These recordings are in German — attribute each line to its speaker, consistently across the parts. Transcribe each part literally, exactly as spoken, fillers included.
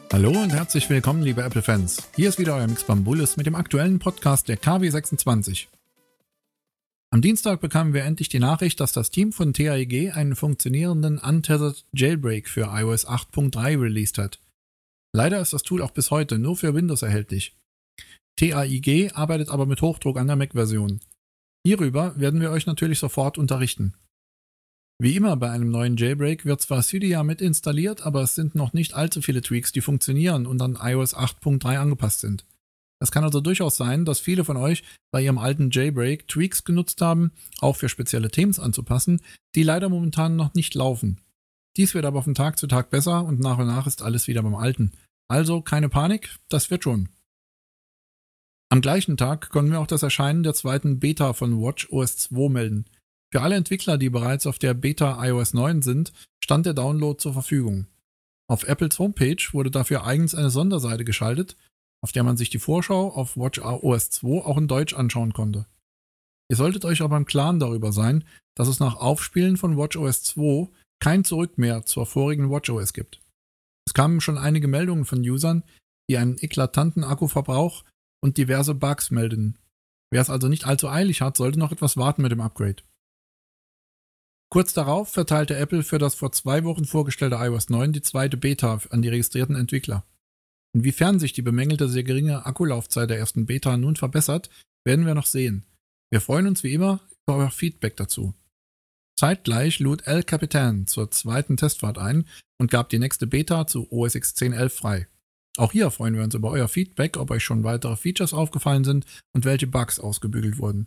Speaker 1: Hallo und herzlich willkommen, liebe Apple-Fans. Hier ist wieder euer Mix Bambulis mit dem aktuellen Podcast der K W sechsundzwanzig. Am Dienstag bekamen wir endlich die Nachricht, dass das Team von T A I G einen funktionierenden Untethered Jailbreak für i O S acht Punkt drei released hat. Leider ist das Tool auch bis heute nur für Windows erhältlich. T A I G arbeitet aber mit Hochdruck an der Mac-Version. Hierüber werden wir euch natürlich sofort unterrichten. Wie immer bei einem neuen Jailbreak wird zwar Cydia mit installiert, aber es sind noch nicht allzu viele Tweaks, die funktionieren und an i O S acht Punkt drei angepasst sind. Es kann also durchaus sein, dass viele von euch bei ihrem alten Jailbreak Tweaks genutzt haben, auch für spezielle Themes anzupassen, die leider momentan noch nicht laufen. Dies wird aber von Tag zu Tag besser und nach und nach ist alles wieder beim Alten. Also keine Panik, das wird schon. Am gleichen Tag konnten wir auch das Erscheinen der zweiten Beta von WatchOS zwei melden. Für alle Entwickler, die bereits auf der Beta i O S neun sind, stand der Download zur Verfügung. Auf Apples Homepage wurde dafür eigens eine Sonderseite geschaltet, auf der man sich die Vorschau auf WatchOS zwei auch in Deutsch anschauen konnte. Ihr solltet euch aber im Klaren darüber sein, dass es nach Aufspielen von WatchOS zwei kein Zurück mehr zur vorigen WatchOS gibt. Es kamen schon einige Meldungen von Usern, die einen eklatanten Akkuverbrauch und diverse Bugs meldeten. Wer es also nicht allzu eilig hat, sollte noch etwas warten mit dem Upgrade. Kurz darauf verteilte Apple für das vor zwei Wochen vorgestellte i O S neun die zweite Beta an die registrierten Entwickler. Inwiefern sich die bemängelte sehr geringe Akkulaufzeit der ersten Beta nun verbessert, werden wir noch sehen. Wir freuen uns wie immer über euer Feedback dazu. Zeitgleich lud El Capitan zur zweiten Testfahrt ein und gab die nächste Beta zu O S X zehn Punkt elf frei. Auch hier freuen wir uns über euer Feedback, ob euch schon weitere Features aufgefallen sind und welche Bugs ausgebügelt wurden.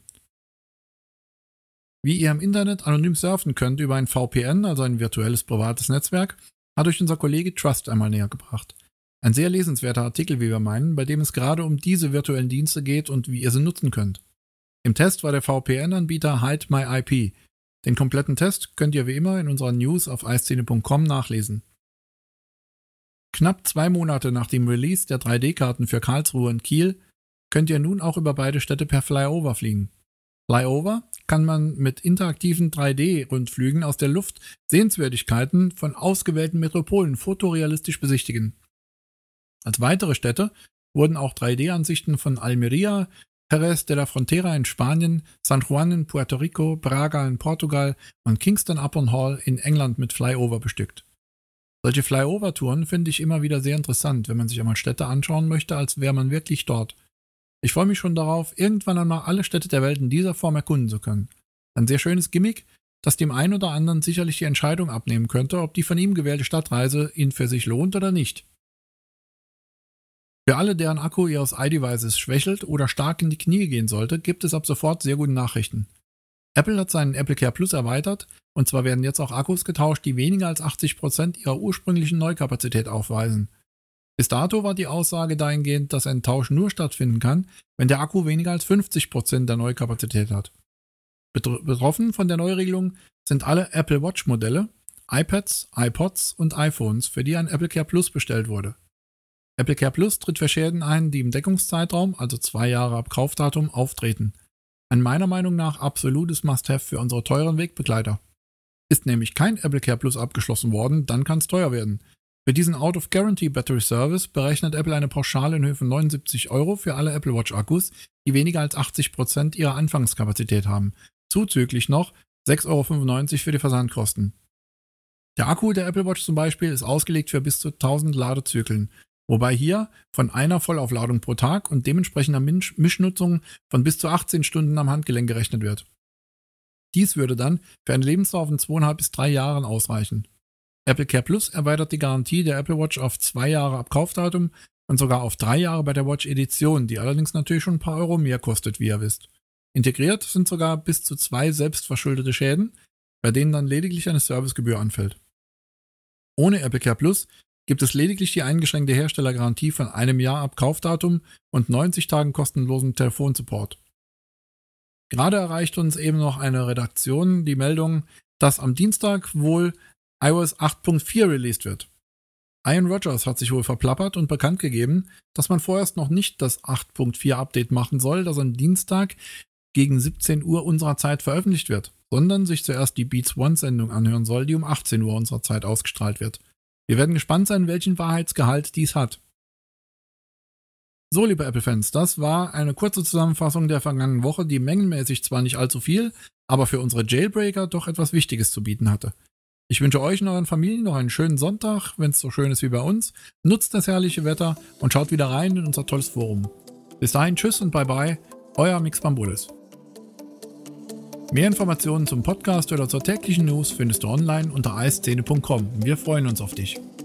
Speaker 1: Wie ihr im Internet anonym surfen könnt über ein V P N, also ein virtuelles privates Netzwerk, hat euch unser Kollege Trust einmal näher gebracht. Ein sehr lesenswerter Artikel, wie wir meinen, bei dem es gerade um diese virtuellen Dienste geht und wie ihr sie nutzen könnt. Im Test war der V P N-Anbieter Hide My I P. Den kompletten Test könnt ihr wie immer in unserer News auf iScene Punkt com nachlesen. Knapp zwei Monate nach dem Release der drei D-Karten für Karlsruhe und Kiel könnt ihr nun auch über beide Städte per Flyover fliegen. Flyover kann man mit interaktiven drei D-Rundflügen aus der Luft Sehenswürdigkeiten von ausgewählten Metropolen fotorealistisch besichtigen. Als weitere Städte wurden auch drei D-Ansichten von Almería, Jerez de la Frontera in Spanien, San Juan in Puerto Rico, Braga in Portugal und Kingston upon Hull in England mit Flyover bestückt. Solche Flyover-Touren finde ich immer wieder sehr interessant, wenn man sich einmal Städte anschauen möchte, als wäre man wirklich dort. Ich freue mich schon darauf, irgendwann einmal alle Städte der Welt in dieser Form erkunden zu können. Ein sehr schönes Gimmick, das dem einen oder anderen sicherlich die Entscheidung abnehmen könnte, ob die von ihm gewählte Stadtreise ihn für sich lohnt oder nicht. Für alle, deren Akku ihres iDevices schwächelt oder stark in die Knie gehen sollte, gibt es ab sofort sehr gute Nachrichten. Apple hat seinen AppleCare Plus erweitert, und zwar werden jetzt auch Akkus getauscht, die weniger als achtzig Prozent ihrer ursprünglichen Neukapazität aufweisen. Bis dato war die Aussage dahingehend, dass ein Tausch nur stattfinden kann, wenn der Akku weniger als fünfzig Prozent der Neukapazität hat. Betroffen von der Neuregelung sind alle Apple Watch Modelle, iPads, iPods und iPhones, für die ein AppleCare Plus bestellt wurde. AppleCare Plus tritt für Schäden ein, die im Deckungszeitraum, also zwei Jahre ab Kaufdatum, auftreten. Ein meiner Meinung nach absolutes Must-Have für unsere teuren Wegbegleiter. Ist nämlich kein AppleCare Plus abgeschlossen worden, dann kann es teuer werden. Für diesen Out-of-Guarantee Battery Service berechnet Apple eine Pauschale in Höhe von neunundsiebzig Euro für alle Apple Watch Akkus, die weniger als achtzig Prozent ihrer Anfangskapazität haben. Zuzüglich noch sechs Euro fünfundneunzig für die Versandkosten. Der Akku der Apple Watch zum Beispiel ist ausgelegt für bis zu tausend Ladezyklen, wobei hier von einer Vollaufladung pro Tag und dementsprechender Mischnutzung von bis zu achtzehn Stunden am Handgelenk gerechnet wird. Dies würde dann für eine Lebensdauer von zweieinhalb bis drei Jahren ausreichen. AppleCare Plus erweitert die Garantie der Apple Watch auf zwei Jahre ab Kaufdatum und sogar auf drei Jahre bei der Watch Edition, die allerdings natürlich schon ein paar Euro mehr kostet, wie ihr wisst. Integriert sind sogar bis zu zwei selbstverschuldete Schäden, bei denen dann lediglich eine Servicegebühr anfällt. Ohne AppleCare Plus gibt es lediglich die eingeschränkte Herstellergarantie von einem Jahr ab Kaufdatum und neunzig Tagen kostenlosen Telefonsupport. Gerade erreicht uns eben noch eine Redaktion die Meldung, dass am Dienstag wohl i O S acht Punkt vier released wird. Ian Rogers hat sich wohl verplappert und bekannt gegeben, dass man vorerst noch nicht das acht Punkt vier Update machen soll, das am Dienstag gegen siebzehn Uhr unserer Zeit veröffentlicht wird, sondern sich zuerst die Beats One Sendung anhören soll, die um achtzehn Uhr unserer Zeit ausgestrahlt wird. Wir werden gespannt sein, welchen Wahrheitsgehalt dies hat. So, liebe Apple-Fans, das war eine kurze Zusammenfassung der vergangenen Woche, die mengenmäßig zwar nicht allzu viel, aber für unsere Jailbreaker doch etwas Wichtiges zu bieten hatte. Ich wünsche euch und euren Familien noch einen schönen Sonntag, wenn es so schön ist wie bei uns. Nutzt das herrliche Wetter und schaut wieder rein in unser tolles Forum. Bis dahin, tschüss und bye bye, euer Mix Bambulis. Mehr Informationen zum Podcast oder zur täglichen News findest du online unter eiszene punkt com. Wir freuen uns auf dich.